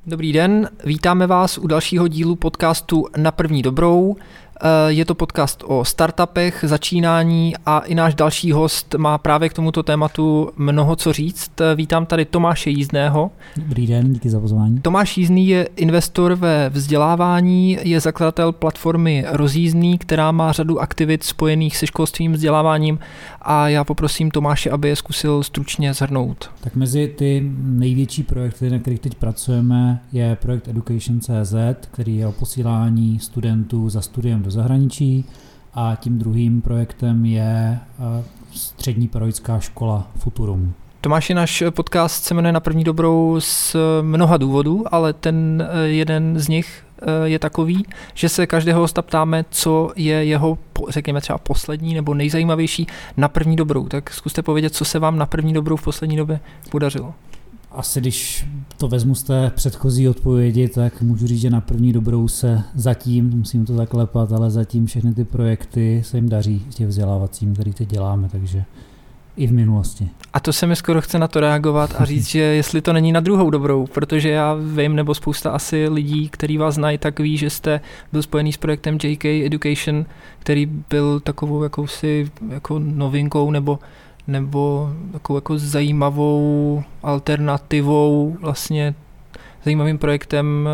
Dobrý den, vítáme vás u dalšího dílu podcastu Na první dobrou. Je to podcast o startupech, začínání a i náš další host má právě k tomuto tématu mnoho co říct. Vítám tady Tomáše Jízdného. Dobrý den, díky za pozvání. Tomáš Jízdný je investor ve vzdělávání, je zakladatel platformy Rozjízdný, která má řadu aktivit spojených se školstvím, vzděláváním a já poprosím Tomáše, aby je zkusil stručně shrnout. Tak mezi ty největší projekty, na kterých teď pracujeme, je projekt Education.cz, který je o posílání studentů za studiem do zahraničí, a tím druhým projektem je střední pedagogická škola Futurum. Tomáši, náš podcast se jmenuje Na první dobrou z mnoha důvodů, ale ten jeden z nich je takový, že se každého hosta ptáme, co je jeho, řekněme třeba poslední nebo nejzajímavější na první dobrou. Tak zkuste povědět, co se vám na první dobrou v poslední době podařilo. Asi když to vezmu z té předchozí odpovědi, tak můžu říct, že na první dobrou se zatím, musím to zaklepat, ale zatím všechny ty projekty se jim daří těch vzdělávacím, který teď děláme, takže i v minulosti. A to se mi skoro chce na to reagovat a říct, že jestli to není na druhou dobrou, protože já vím, nebo spousta asi lidí, kteří vás znají, tak ví, že jste byl spojený s projektem JK Education, který byl takovou jakousi jako novinkou nebo takovou jako zajímavou alternativou, vlastně zajímavým projektem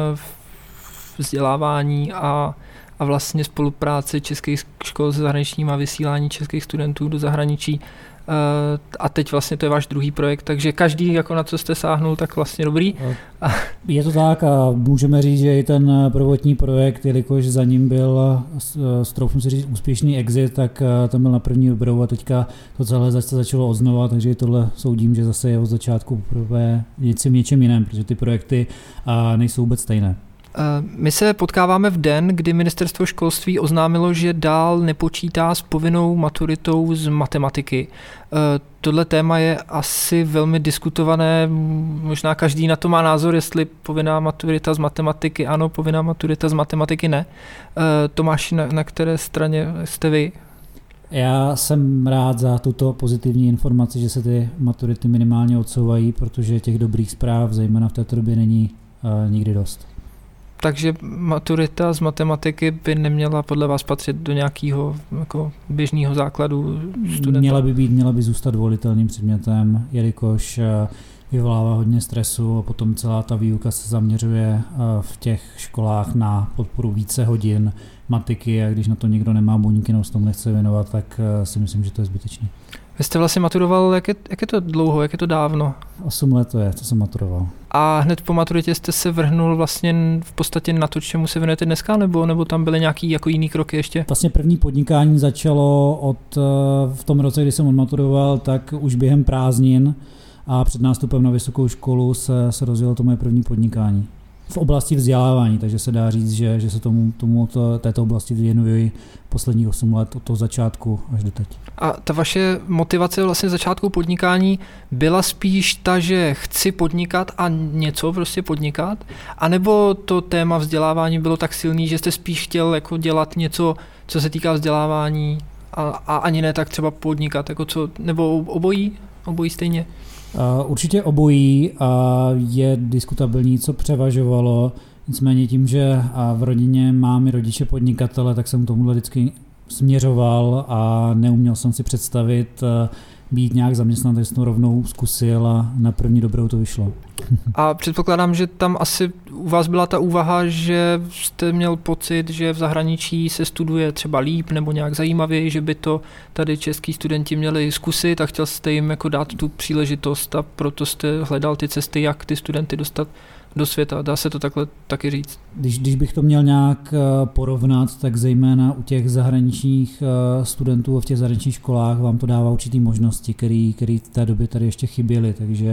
vzdělávání a vlastně spolupráce českých škol se zahraničním a vysílání českých studentů do zahraničí. A teď vlastně to je váš druhý projekt, takže každý, jako na co jste sáhnul, tak vlastně dobrý. Je to tak a můžeme říct, že i ten prvotní projekt, jelikož za ním byl, troufnu si říct, úspěšný exit, tak tam byl na první dobrou a teďka to celé zase začalo odznova, takže tohle soudím, že zase je od začátku poprvé něčem jiném, protože ty projekty nejsou vůbec stejné. My se potkáváme v den, kdy Ministerstvo školství oznámilo, že dál nepočítá s povinnou maturitou z matematiky. Tohle téma je asi velmi diskutované, možná každý na to má názor, jestli povinná maturita z matematiky ano, povinná maturita z matematiky ne. Tomáš, na které straně jste vy? Já jsem rád za tuto pozitivní informaci, že se ty maturity minimálně odsouvají, protože těch dobrých zpráv, zejména v této době, není nikdy dost. Takže maturita z matematiky by neměla podle vás patřit do nějakého jako běžného základu studenta? Měla by zůstat volitelným předmětem, jelikož vyvolává hodně stresu a potom celá ta výuka se zaměřuje v těch školách na podporu více hodin matiky a když na to někdo nemá buňky nebo se tomu nechce věnovat, tak si myslím, že to je zbytečné. Vy jste vlastně maturoval, jak je to dlouho, jak je to dávno? 8 let to je, co jsem maturoval. A hned po maturitě jste se vrhnul vlastně v podstatě na to, čemu se věnujete dneska, nebo tam byly nějaký jako jiný kroky ještě? Vlastně první podnikání začalo v tom roce, kdy jsem odmaturoval, tak už během prázdnin a před nástupem na vysokou školu se rozjelo to moje první podnikání. V oblasti vzdělávání, takže se dá říct, že se této oblasti věnuji posledních 8 let od toho začátku až do teď. A ta vaše motivace vlastně začátku podnikání byla spíš ta, že chci podnikat a něco prostě podnikat? A nebo to téma vzdělávání bylo tak silný, že jste spíš chtěl jako dělat něco, co se týká vzdělávání a ani ne tak třeba podnikat, jako nebo obojí stejně? Určitě obojí je diskutabilní, co převažovalo, nicméně tím, že v rodině mám i rodiče podnikatele, tak jsem tomuhle vždycky směřoval a neuměl jsem si představit být nějak zaměstnán, takže jsem to rovnou zkusil a na první dobrou to vyšlo. A předpokládám, že tam asi u vás byla ta úvaha, že jste měl pocit, že v zahraničí se studuje třeba líp nebo nějak zajímavěji, že by to tady český studenti měli zkusit a chtěl jste jim jako dát tu příležitost a proto jste hledal ty cesty, jak ty studenty dostat do světa. Dá se to takhle taky říct? Když bych to měl nějak porovnat, tak zejména u těch zahraničních studentů a v těch zahraničních školách vám to dává určitý možnosti, které v té době tady ještě chyběly, takže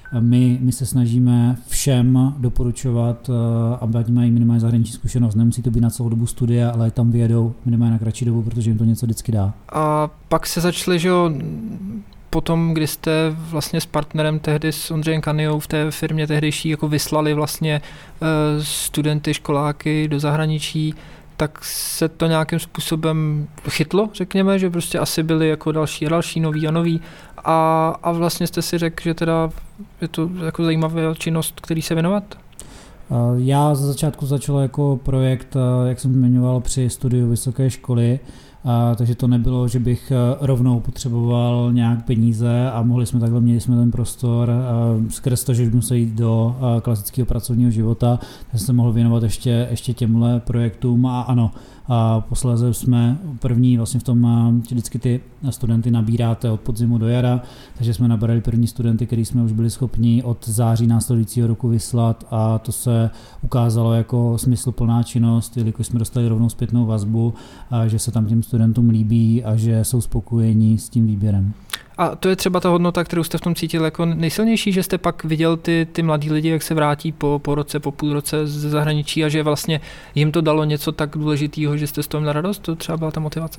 my se snažíme všem doporučovat, aby mají minimálně zahraniční zkušenost. Nemusí to být na celou dobu studia, ale tam vyjedou minimálně na kratší dobu, protože jim to něco vždycky dá. A pak se začali, že jo, potom, kdy jste vlastně s partnerem tehdy s Ondřejem Kaniou v té firmě tehdejší jako vyslali vlastně studenty, školáky do zahraničí, tak se to nějakým způsobem chytlo, řekněme, že prostě asi byli jako další a další, noví a noví a vlastně jste si řekl, že teda je to jako zajímavá činnost, který se věnovat? Já za začátku začal jako projekt, jak jsem zmiňoval, při studiu vysoké školy, takže to nebylo, že bych rovnou potřeboval nějak peníze a měli jsme ten prostor skrz to, že už musel jít do klasického pracovního života, takže jsem se mohl věnovat ještě těmhle projektům a ano, a posléze jsme první vlastně v tom, vždycky ty studenty nabíráte od podzimu do jara, takže jsme nabrali první studenty, který jsme už byli schopni od září následujícího roku vyslat a to se ukázalo jako smysluplná činnost, jelikož jsme dostali rovnou zpětnou vazbu, že se tam těm studentům líbí a že jsou spokojení s tím výběrem. A to je třeba ta hodnota, kterou jste v tom cítil jako nejsilnější, že jste pak viděl ty mladí lidi, jak se vrátí po roce, po půl roce ze zahraničí a že vlastně jim to dalo něco tak důležitého, že jste z toho měl radost? To třeba byla ta motivace?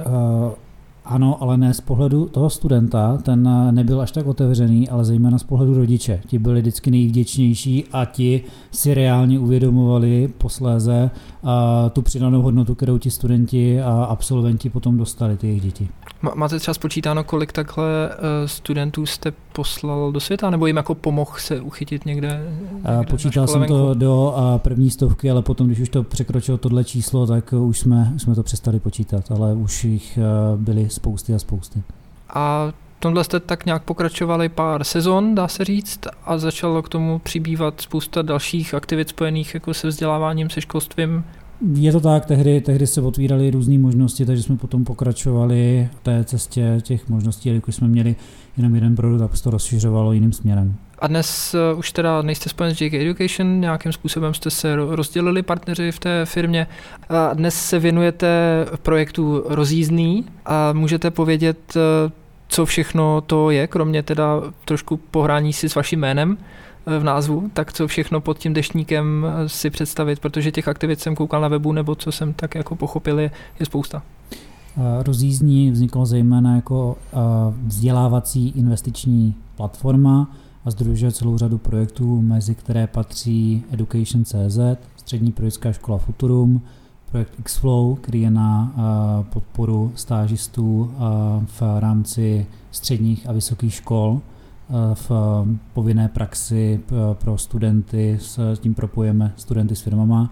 Ano, ale ne z pohledu toho studenta, ten nebyl až tak otevřený, ale zejména z pohledu rodiče. Ti byli vždycky nejvděčnější a ti si reálně uvědomovali posléze tu přidanou hodnotu, kterou ti studenti a absolventi potom dostali, ty jejich děti. Máte třeba spočítáno, kolik takhle studentů jste poslal do světa, nebo jim jako pomohl se uchytit někde počítal jsem to do první stovky, ale potom, když už to překročilo tohle číslo, tak už jsme to přestali počítat, ale už jich byly spousty a spousty. A tomhle jste tak nějak pokračovali pár sezon, dá se říct, a začalo k tomu přibývat spousta dalších aktivit spojených jako se vzděláváním, se školstvím. Je to tak, tehdy se otvíraly různé možnosti, takže jsme potom pokračovali v té cestě těch možností, jelikož jsme měli jenom jeden produkt, tak se to rozšiřovalo jiným směrem. A dnes už teda nejste spojen s JK Education, nějakým způsobem jste se rozdělili partneři v té firmě. A dnes se věnujete projektu Rozjízdný a můžete povědět, co všechno to je, kromě teda trošku pohrání si s vaším jménem v názvu, tak co všechno pod tím deštníkem si představit, protože těch aktivit jsem koukal na webu, nebo co jsem tak jako pochopil, je spousta. Rozjízdní vzniklo zejména jako vzdělávací investiční platforma a sdružuje celou řadu projektů, mezi které patří Education.cz, Střední periodická škola Futurum, projekt Xflow, který je na podporu stážistů v rámci středních a vysokých škol, v povinné praxi pro studenty, s tím propojeme studenty s firmama.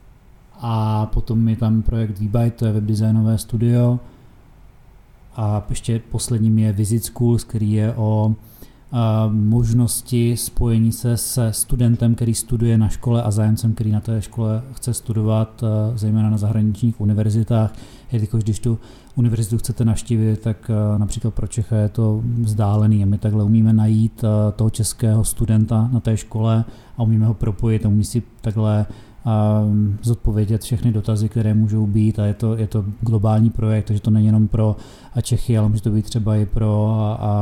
A potom je tam projekt VByte, to je webdesignové studio. A ještě posledním je Visit Schools, který je o možnosti spojení se se studentem, který studuje na škole a zájemcem, který na té škole chce studovat, zejména na zahraničních univerzitách. Jelikož když tu univerzitu chcete navštívit, tak například pro Čecha je to vzdálený a my takhle umíme najít toho českého studenta na té škole a umíme ho propojit a umí si takhle zodpovědět všechny dotazy, které můžou být a je to globální projekt, takže to není jenom pro Čechy, ale může to být třeba i pro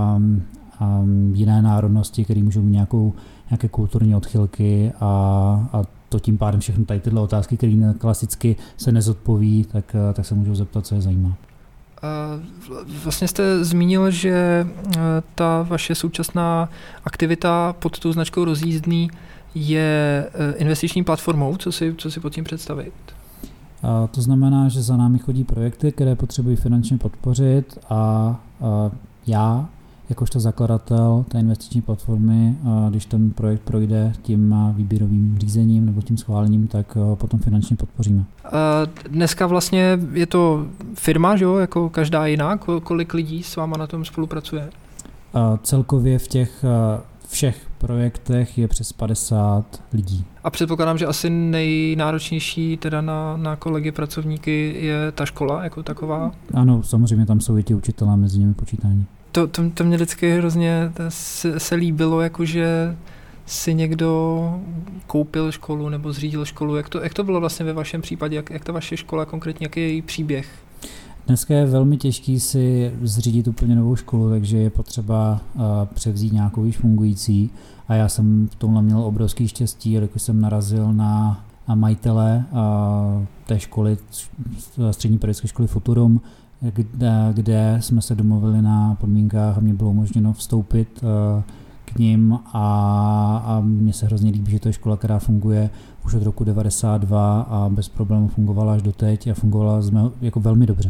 jiné národnosti, které můžou mít nějaké kulturní odchylky a to tím pádem všechny tady tyhle otázky, které klasicky se nezodpoví, tak se můžou zeptat, co je zajímá. Vlastně jste zmínil, že ta vaše současná aktivita pod tou značkou Rozjízdný je investiční platformou. Co si pod tím představit? To znamená, že za námi chodí projekty, které potřebují finančně podpořit a já jakožto zakladatel té investiční platformy, když ten projekt projde tím výběrovým řízením nebo tím schválením, tak potom finančně podpoříme. Dneska vlastně je to firma, že jo, jako každá jiná. Kolik lidí s váma na tom spolupracuje? Celkově v těch všech projektech je přes 50 lidí. A předpokládám, že asi nejnáročnější teda na kolegy pracovníky je ta škola jako taková? Ano, samozřejmě tam jsou i ti učitelé mezi nimi počítání. To mě vždycky hrozně se líbilo, jakože si někdo koupil školu nebo zřídil školu. Jak to bylo vlastně ve vašem případě? Jak ta vaše škola konkrétně, jaký je její příběh? Dneska je velmi těžký si zřídit úplně novou školu, takže je potřeba převzít nějakou již fungující. A já jsem v tomhle měl obrovský štěstí, jelikož jsem narazil na majitele té školy, střední periodické školy Futurum, kde jsme se domluvili na podmínkách a mě bylo umožněno vstoupit k nim a mně se hrozně líbí, že to je škola, která funguje už od roku 92 a bez problémů fungovala až doteď a fungovala jako velmi dobře.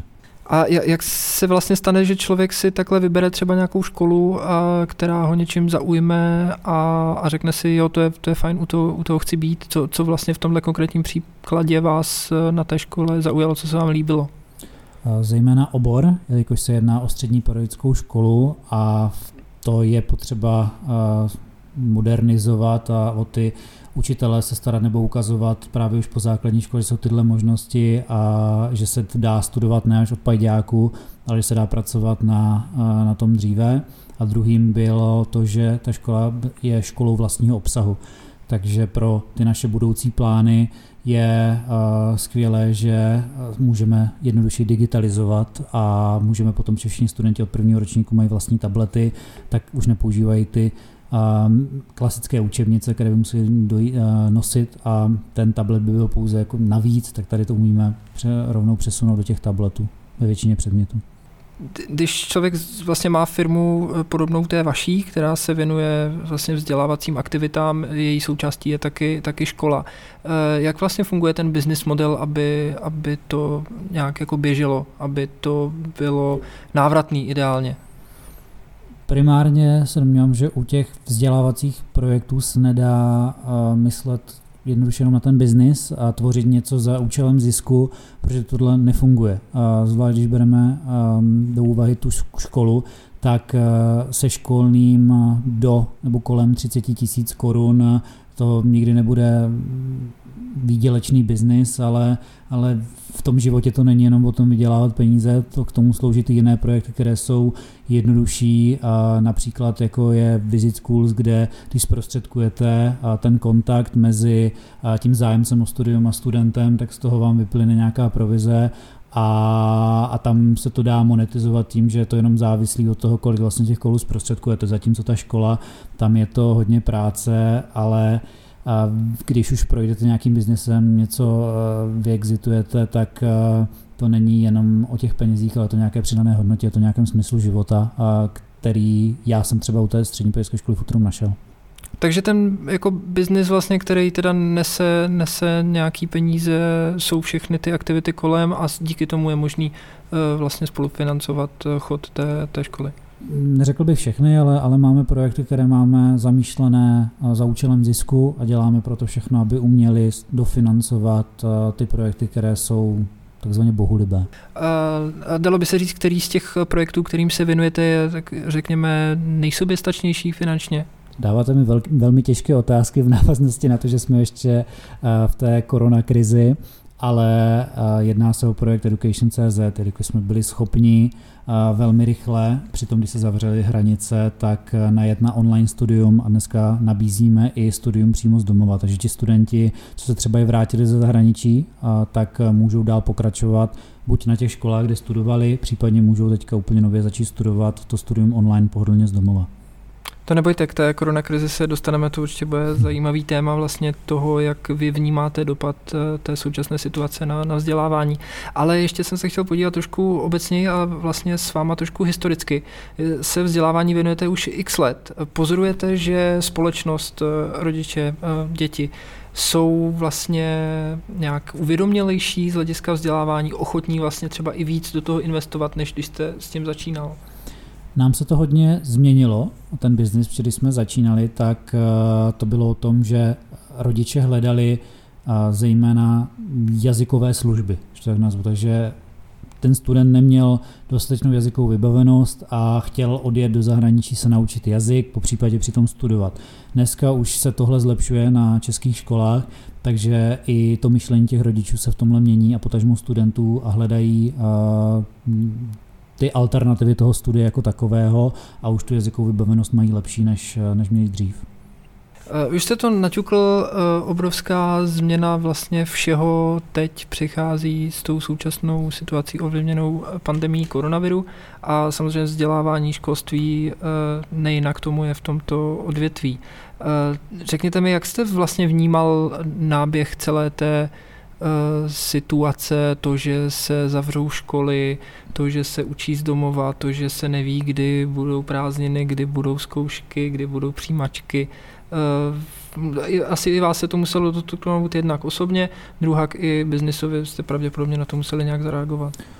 A jak se vlastně stane, že člověk si takhle vybere třeba nějakou školu, která ho něčím zaujme a řekne si, jo, to je fajn, u toho chci být. Co vlastně v tomhle konkrétním příkladě vás na té škole zaujalo, co se vám líbilo? Zejména obor, jelikož se jedná o střední pedagogickou školu a to je potřeba modernizovat a o ty učitele se starat nebo ukazovat právě už po základní škole, že jsou tyhle možnosti a že se dá studovat ne až od pajďáku, ale že se dá pracovat na tom dříve. A druhým bylo to, že ta škola je školou vlastního obsahu. Takže pro ty naše budoucí plány je skvělé, že můžeme jednoduše digitalizovat a můžeme potom, že všichni studenti od prvního ročníku mají vlastní tablety, tak už nepoužívají ty klasické učebnice, které by museli nosit a ten tablet by byl pouze jako navíc, tak tady to umíme rovnou přesunout do těch tabletů ve většině předmětů. Když člověk vlastně má firmu podobnou té vaší, která se věnuje vlastně vzdělávacím aktivitám, její součástí je taky škola. Jak vlastně funguje ten business model, aby to nějak jako běželo, aby to bylo návratný ideálně? Primárně se domnívám, že u těch vzdělávacích projektů se nedá myslet jednoduše jenom na ten biznis a tvořit něco za účelem zisku, protože tohle nefunguje. Zvlášť, když bereme do úvahy tu školu, tak se školným do nebo kolem 30 000 korun to nikdy nebude výdělečný biznis, ale v tom životě to není jenom o tom vydělávat peníze, to k tomu slouží ty jiné projekty, které jsou jednodušší, a například jako je Visit Schools, kde když zprostředkujete ten kontakt mezi tím zájemcem o studium a studentem, tak z toho vám vyplyne nějaká provize a tam se to dá monetizovat tím, že je to jenom závislý od toho, kolik vlastně těch kolů zprostředkujete, zatímco ta škola, tam je to hodně práce, ale a když už projdete nějakým biznesem, něco vyexitujete, tak to není jenom o těch penězích, ale to nějaké přidané hodnotě, je to nějakém smyslu života, který já jsem třeba u té střední pedagogické školy Futrum našel. Takže ten jako biznis vlastně, který teda nese nějaký peníze, jsou všechny ty aktivity kolem a díky tomu je možný vlastně spolufinancovat chod té školy. Neřekl bych všechny, ale máme projekty, které máme zamýšlené za účelem zisku a děláme proto všechno, aby uměli dofinancovat ty projekty, které jsou takzvaně bohulibé. Dalo by se říct, který z těch projektů, kterým se věnujete, je, tak řekněme, nejsoběstačnější finančně? Dáváte mi velmi těžké otázky v návaznosti na to, že jsme ještě v té koronakrizi, ale jedná se o projekt Education.cz, když jsme byli schopni velmi rychle, přitom když se zavřely hranice, tak najet na online studium a dneska nabízíme i studium přímo z domova, takže ti studenti, co se třeba i vrátili ze zahraničí, tak můžou dál pokračovat buď na těch školách, kde studovali, případně můžou teďka úplně nově začít studovat to studium online pohodlně z domova. To nebojte, k té koronakrizi se dostaneme, to určitě bude zajímavý téma vlastně toho, jak vy vnímáte dopad té současné situace na vzdělávání. Ale ještě jsem se chtěl podívat trošku obecněji a vlastně s váma trošku historicky. Se vzdělávání věnujete už x let. Pozorujete, že společnost, rodiče, děti jsou vlastně nějak uvědomělejší z hlediska vzdělávání, ochotní vlastně třeba i víc do toho investovat, než když jste s tím začínal? Nám se to hodně změnilo, ten biznis, protože když jsme začínali, tak to bylo o tom, že rodiče hledali zejména jazykové služby, takže ten student neměl dostatečnou jazykovou vybavenost a chtěl odjet do zahraničí se naučit jazyk, popřípadě přitom studovat. Dneska už se tohle zlepšuje na českých školách, takže i to myšlení těch rodičů se v tomhle mění a potažmo studentů a hledají ty alternativy toho studia jako takového a už tu jazykovou vybavenost mají lepší, než měli dřív. Už jste to naťukl, obrovská změna vlastně všeho teď přichází s tou současnou situací ovlivněnou pandemií koronaviru a samozřejmě vzdělávání, školství nejinak tomu je v tomto odvětví. Řekněte mi, jak jste vlastně vnímal náběh celé té situace, to, že se zavřou školy, to, že se učí z domova, to, že se neví, kdy budou prázdniny, kdy budou zkoušky, kdy budou přijímačky. Asi i vás se to muselo dotknout jednak osobně, druhak i biznisově jste pravděpodobně na to museli nějak zareagovat.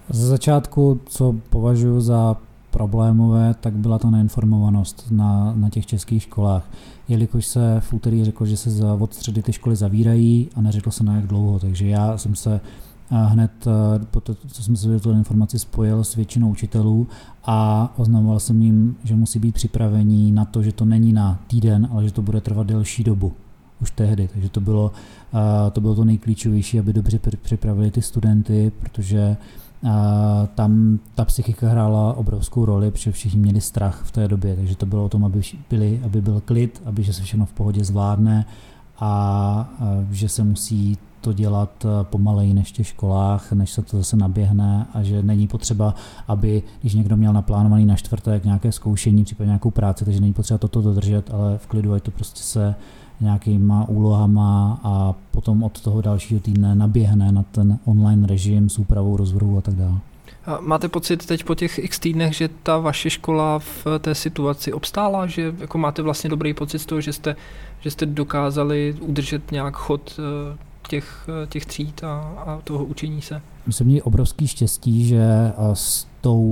Ze začátku, co považuji za problémové, tak byla ta neinformovanost na těch českých školách. Jelikož se v úterý řeklo, že se od středy ty školy zavírají a neřeklo se na jak dlouho, takže já jsem se hned po to, co jsem se tu informaci spojil s většinou učitelů a oznamoval jsem jim, že musí být připravení na to, že to není na týden, ale že to bude trvat delší dobu. Už tehdy, takže to bylo to nejklíčovější, aby dobře připravili ty studenty, protože tam ta psychika hrála obrovskou roli, protože všichni měli strach v té době, takže to bylo o tom, aby byl klid, aby že se všechno v pohodě zvládne a že se musí to dělat pomaleji než v těch školách, než se to zase naběhne a že není potřeba, aby když někdo měl naplánovaný na čtvrtek nějaké zkoušení, případně nějakou práci, takže není potřeba toto dodržet, ale v klidu, ať to prostě se nějakýma úlohama a potom od toho dalšího týdne naběhne na ten online režim s úpravou rozvrhu a tak dále. A máte pocit teď po těch x týdnech, že ta vaše škola v té situaci obstála, že jako máte vlastně dobrý pocit z toho, že jste dokázali udržet nějak chod těch tříd a toho učení se? My jsme měli obrovský štěstí, že s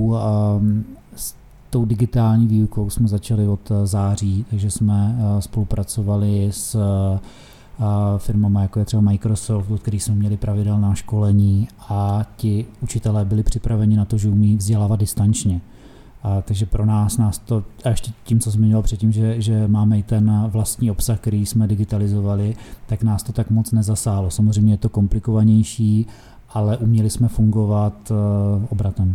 tou digitální výukou jsme začali od září, takže jsme spolupracovali s firmama, jako je třeba Microsoft, od kterých jsme měli pravidelná školení a ti učitelé byli připraveni na to, že umí vzdělávat distančně. Takže pro nás to, a ještě tím, co jsem měl předtím, že máme i ten vlastní obsah, který jsme digitalizovali, tak nás to tak moc nezasáhlo. Samozřejmě je to komplikovanější, ale uměli jsme fungovat obratem.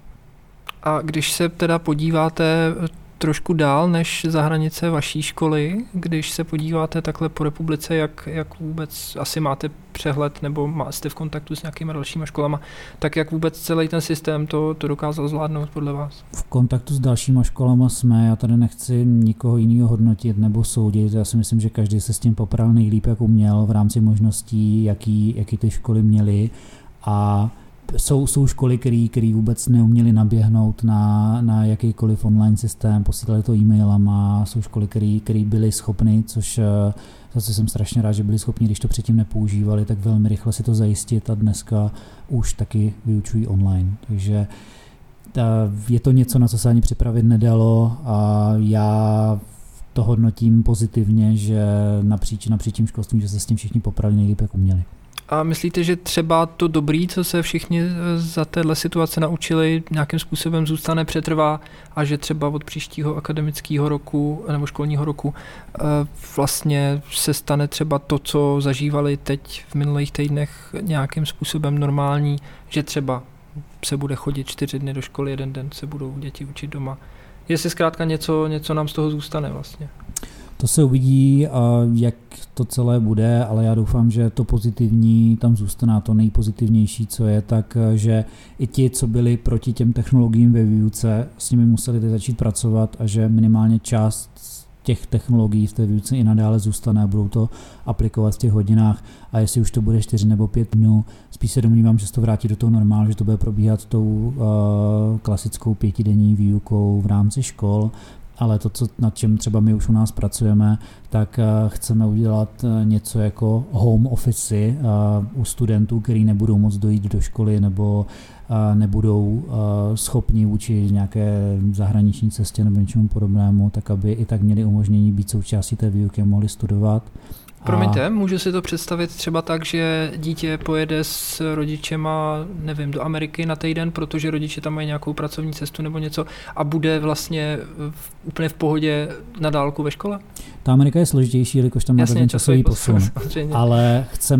A když se teda podíváte trošku dál než za hranice vaší školy, když se podíváte takhle po republice, jak vůbec asi máte přehled nebo jste v kontaktu s nějakýma dalšíma školama, tak jak vůbec celý ten systém to dokázal zvládnout podle vás? V kontaktu s dalšíma školama jsme, já tady nechci nikoho jiného hodnotit nebo soudit, já si myslím, že každý se s tím popral nejlíp, jak uměl v rámci možností, jaký ty školy měly a jsou školy, které vůbec neuměly naběhnout na jakýkoliv online systém, posílali to e-mailama, jsou školy, které byly schopny, což zase jsem strašně rád, že byli schopni, když to předtím nepoužívali, tak velmi rychle si to zajistit a dneska už taky vyučují online. Takže je to něco, na co se ani připravit nedalo a já to hodnotím pozitivně, že napříč tím školstvím, že se s tím všichni poprali nejlíp, jak uměli. A myslíte, že třeba to dobrý, co se všichni za téhle situace naučili, nějakým způsobem zůstane, přetrvá a že třeba od příštího akademického roku nebo školního roku vlastně se stane třeba to, co zažívali teď v minulých týdnech nějakým způsobem normální, že třeba se bude chodit 4 dny do školy, 1 den se budou děti učit doma. Jestli zkrátka něco nám z toho zůstane vlastně. To se uvidí, jak to celé bude, ale já doufám, že to pozitivní tam zůstane a to nejpozitivnější, co je, tak že i ti, co byli proti těm technologiím ve výuce, s nimi museli teď začít pracovat a že minimálně část těch technologií v té výuce i nadále zůstane a budou to aplikovat v těch hodinách a jestli už to bude 4 nebo 5 dnů, spíš se domnívám, že se to vrátí do toho normálu, že to bude probíhat tou klasickou 5denní výukou v rámci škol. Ale to, nad čem třeba my už u nás pracujeme, tak chceme udělat něco jako home office u studentů, kteří nebudou moct dojít do školy nebo nebudou schopni vůči nějaké zahraniční cestě nebo něčemu podobnému, tak aby i tak měli umožnění být součástí té výuky a mohli studovat. Promiňte, můžu si to představit třeba tak, že dítě pojede s rodičema, nevím, do Ameriky na týden, protože rodiče tam mají nějakou pracovní cestu nebo něco a bude vlastně úplně v pohodě na dálku ve škole? Ta Amerika je složitější, jelikož tam má ten časový posun. Ale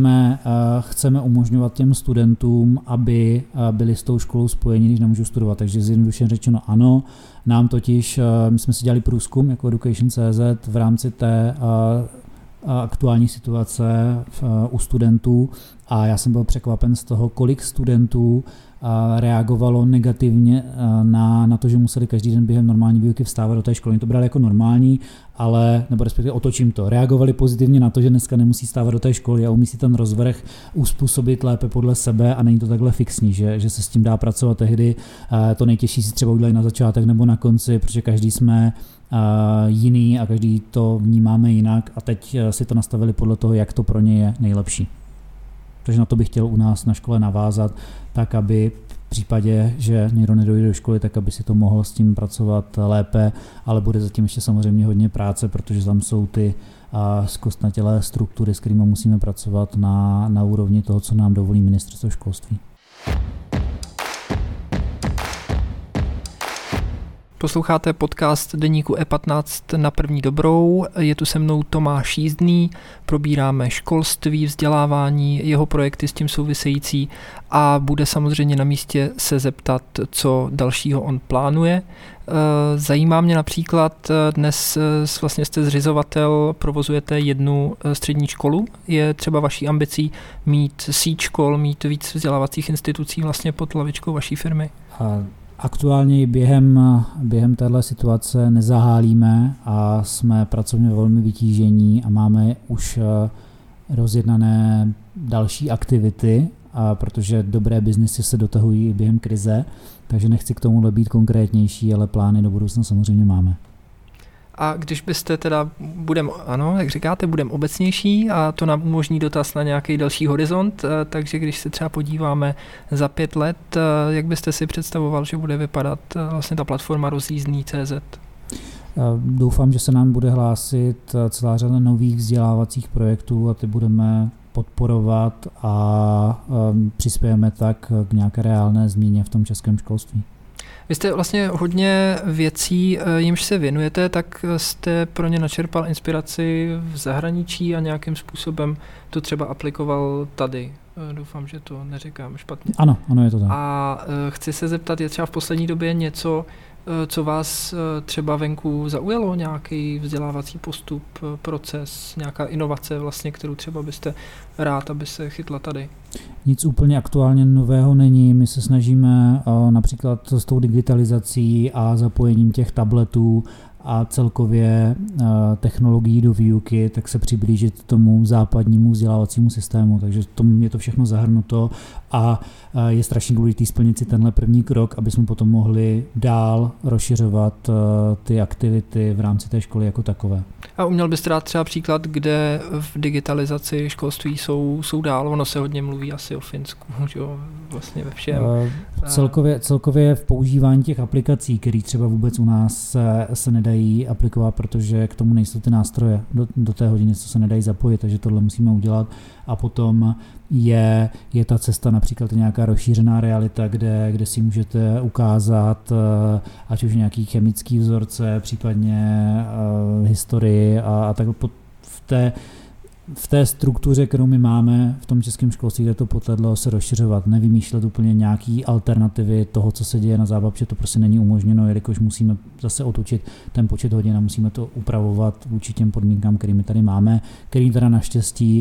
chceme umožňovat těm studentům, aby byli s tou školou spojeni, když nemůžou studovat. Takže zjednodušeně řečeno ano. Nám totiž, my jsme si dělali průzkum jako Education.cz v rámci té aktuální situace u studentů a já jsem byl překvapen z toho, kolik studentů reagovalo negativně na to, že museli každý den během normální výuky vstávat do té školy. Oni to brali jako normální, nebo respektive otočím to. Reagovali pozitivně na to, že dneska nemusí stávat do té školy a umí si ten rozvrh uspůsobit lépe podle sebe a není to takhle fixní, že se s tím dá pracovat tehdy. To nejtěžší si třeba udělat na začátek nebo na konci, protože každý jsme jiný a každý to vnímáme jinak a teď si to nastavili podle toho, jak to pro ně je nejlepší. Takže na to bych chtěl u nás na škole navázat, tak aby případě, že někdo nedojde do školy, tak aby si to mohl s tím pracovat lépe, ale bude zatím ještě samozřejmě hodně práce, protože tam jsou ty zkostnatělé struktury, s kterými musíme pracovat na úrovni toho, co nám dovolí ministerstvo školství. Posloucháte podcast deníku E15 na první dobrou. Je tu se mnou Tomáš Jízdný, probíráme školství, vzdělávání, jeho projekty s tím související a bude samozřejmě na místě se zeptat, co dalšího on plánuje. Zajímá mě například, dnes vlastně jste zřizovatel, provozujete jednu střední školu. Je třeba vaší ambicí mít síť škol, mít víc vzdělávacích institucí vlastně pod hlavičkou vaší firmy? Aktuálně během téhle situace nezahálíme a jsme pracovně velmi vytížení a máme už rozjednané další aktivity, protože dobré biznesy se dotahují i během krize, takže nechci k tomu být konkrétnější, ale plány do budoucna samozřejmě máme. A když byste teda, jak říkáte, budeme obecnější a to nám umožní dotaz na nějaký další horizont, takže když se třeba podíváme za 5 let, jak byste si představoval, že bude vypadat vlastně ta platforma rozjízdný.cz? Doufám, že se nám bude hlásit celá řada nových vzdělávacích projektů a ty budeme podporovat a přispějeme tak k nějaké reálné změně v tom českém školství. Vy jste vlastně hodně věcí, jimž se věnujete, tak jste pro ně načerpal inspiraci v zahraničí a nějakým způsobem to třeba aplikoval tady. Doufám, že to neříkám špatně. Ano, je to tak. A chci se zeptat, je třeba v poslední době něco, co vás třeba venku zaujalo, nějaký vzdělávací postup, proces, nějaká inovace vlastně, kterou třeba byste rád, aby se chytla tady? Nic úplně aktuálně nového není. My se snažíme například s tou digitalizací a zapojením těch tabletů a celkově technologií do výuky, tak se přiblížit tomu západnímu vzdělávacímu systému. Takže tomu je to všechno zahrnuto a je strašně důležitý splnit si tenhle první krok, aby jsme potom mohli dál rozšiřovat ty aktivity v rámci té školy jako takové. A uměl byste dát třeba příklad, kde v digitalizaci školství jsou dál? Ono se hodně mluví asi o Finsku, že jo, vlastně ve všem. Celkově v používání těch aplikací, které třeba vůbec u nás se nedají aplikovat, protože k tomu nejsou ty nástroje do té hodiny, co se nedají zapojit, takže tohle musíme udělat. A potom je ta cesta například nějaká rozšířená realita, kde si můžete ukázat ať už nějaký chemický vzorce, případně historii a tak v té struktuře, kterou my máme v tom českém školství, kde to potledlo se rozšiřovat, nevymýšlet úplně nějaký alternativy toho, co se děje na zábavě, to prostě není umožněno, jelikož musíme zase otočit ten počet hodin a musíme to upravovat vůči těm podmínkám, kterými tady máme, který teda naštěstí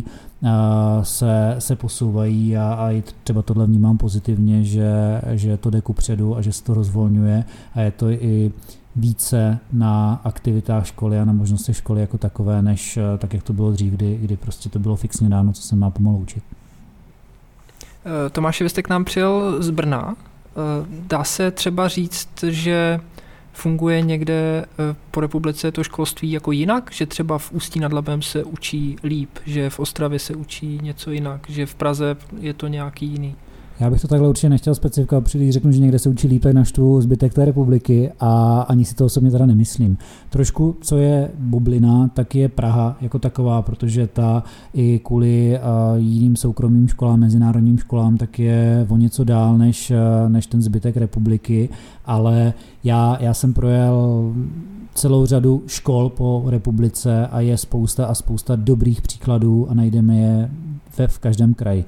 se posouvají a i třeba tohle vnímám pozitivně, že to jde kupředu a že se to rozvolňuje a je to i více na aktivitách školy a na možnostech školy jako takové, než tak, jak to bylo dřív, kdy prostě to bylo fixně dáno, co se má pomalu učit. Tomáši, vy jste k nám přijel z Brna. Dá se třeba říct, že funguje někde po republice to školství jako jinak, že třeba v Ústí nad Labem se učí líp, že v Ostravě se učí něco jinak, že v Praze je to nějaký jiný? Já bych to takhle určitě nechtěl specifikovat, protože když řeknu, že někde se učí líp, tak naštvu zbytek té republiky a ani si to osobně teda nemyslím. Trošku, co je bublina, tak je Praha jako taková, protože ta i kvůli jiným soukromým školám, mezinárodním školám, tak je o něco dál než ten zbytek republiky, ale já jsem projel celou řadu škol po republice a je spousta dobrých příkladů a najdeme je v každém kraji.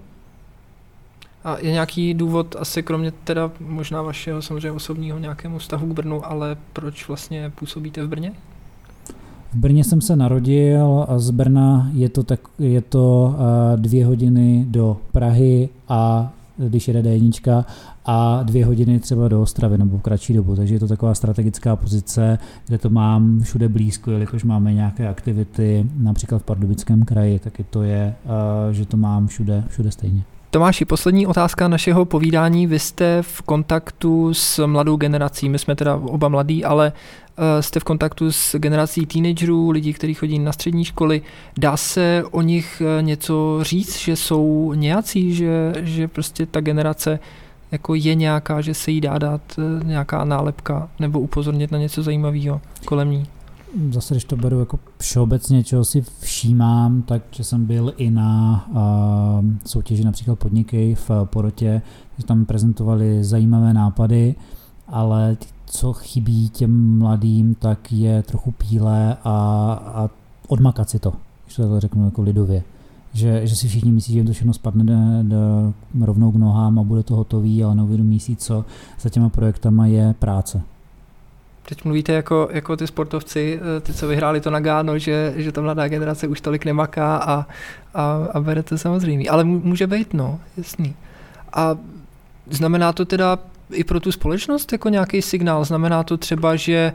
A je nějaký důvod, asi kromě teda možná vašeho samozřejmě osobního nějakému vztahu k Brnu, ale proč vlastně působíte v Brně? V Brně jsem se narodil a z Brna je to 2 hodiny do Prahy a když jede D1 a 2 hodiny třeba do Ostravy nebo v kratší dobu, takže je to taková strategická pozice, kde to mám všude blízko, jelikož máme nějaké aktivity například v Pardubickém kraji, taky to je, že to mám všude stejně. Tomáši, poslední otázka našeho povídání. Vy jste v kontaktu s mladou generací, my jsme teda oba mladí, ale jste v kontaktu s generací teenagerů, lidí, kteří chodí na střední školy. Dá se o nich něco říct, že jsou nějací, že prostě ta generace jako je nějaká, že se jí dá dát nějaká nálepka nebo upozornit na něco zajímavého kolem ní? Zase, když to beru jako všeobecně, čeho si všímám, tak že jsem byl i na soutěži například Podnikej v Porotě, že tam prezentovali zajímavé nápady, ale co chybí těm mladým, tak je trochu píle a odmakat si to, když to řeknu jako lidově. Že si všichni myslí, že jim to všechno spadne rovnou k nohám a bude to hotový, ale neuvědomí si, co za těma projektama je práce. Teď mluvíte jako ty sportovci, ty, co vyhráli to Nagano, že ta mladá generace už tolik nemaká a bere to samozřejmě. Ale může být, no, jasný. A znamená to teda i pro tu společnost jako nějaký signál? Znamená to třeba, že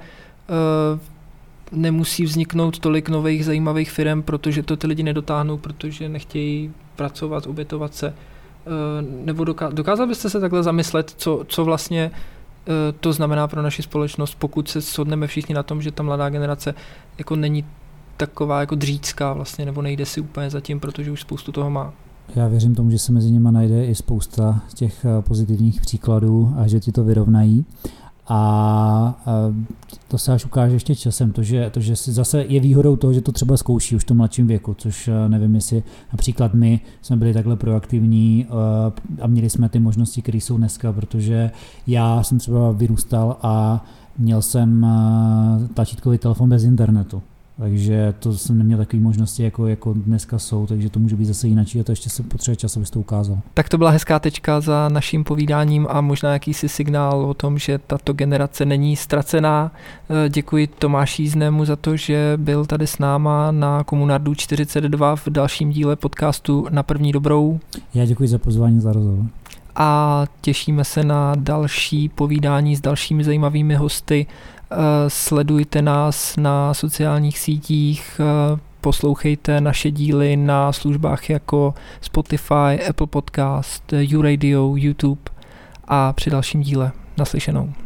nemusí vzniknout tolik nových zajímavých firm, protože to ty lidi nedotáhnou, protože nechtějí pracovat, obětovat se? Nebo dokázal byste se takhle zamyslet, co vlastně to znamená pro naši společnost, pokud se shodneme všichni na tom, že ta mladá generace jako není taková jako dřícká vlastně, nebo nejde si úplně zatím, protože už spoustu toho má. Já věřím tomu, že se mezi nimi najde i spousta těch pozitivních příkladů a že ti to vyrovnají. A to se až ukáže ještě časem, to, že si zase je výhodou toho, že to třeba zkouší už v tom mladším věku, což nevím, jestli například my jsme byli takhle proaktivní a měli jsme ty možnosti, které jsou dneska, protože já jsem třeba vyrůstal a měl jsem tlačítkový telefon bez internetu. Takže to jsem neměl takové možnosti, jako dneska jsou, takže to může být zase jinak a to ještě se potřebuje čas, abys to ukázal. Tak to byla hezká tečka za naším povídáním a možná jakýsi signál o tom, že tato generace není ztracená. Děkuji Tomáši Jízdnému za to, že byl tady s náma na Komunardu 42 v dalším díle podcastu Na první dobrou. Já děkuji za pozvání, za rozhovor. A těšíme se na další povídání s dalšími zajímavými hosty. Sledujte nás na sociálních sítích, poslouchejte naše díly na službách jako Spotify, Apple Podcast, YouRadio, YouTube a při dalším díle naslyšenou.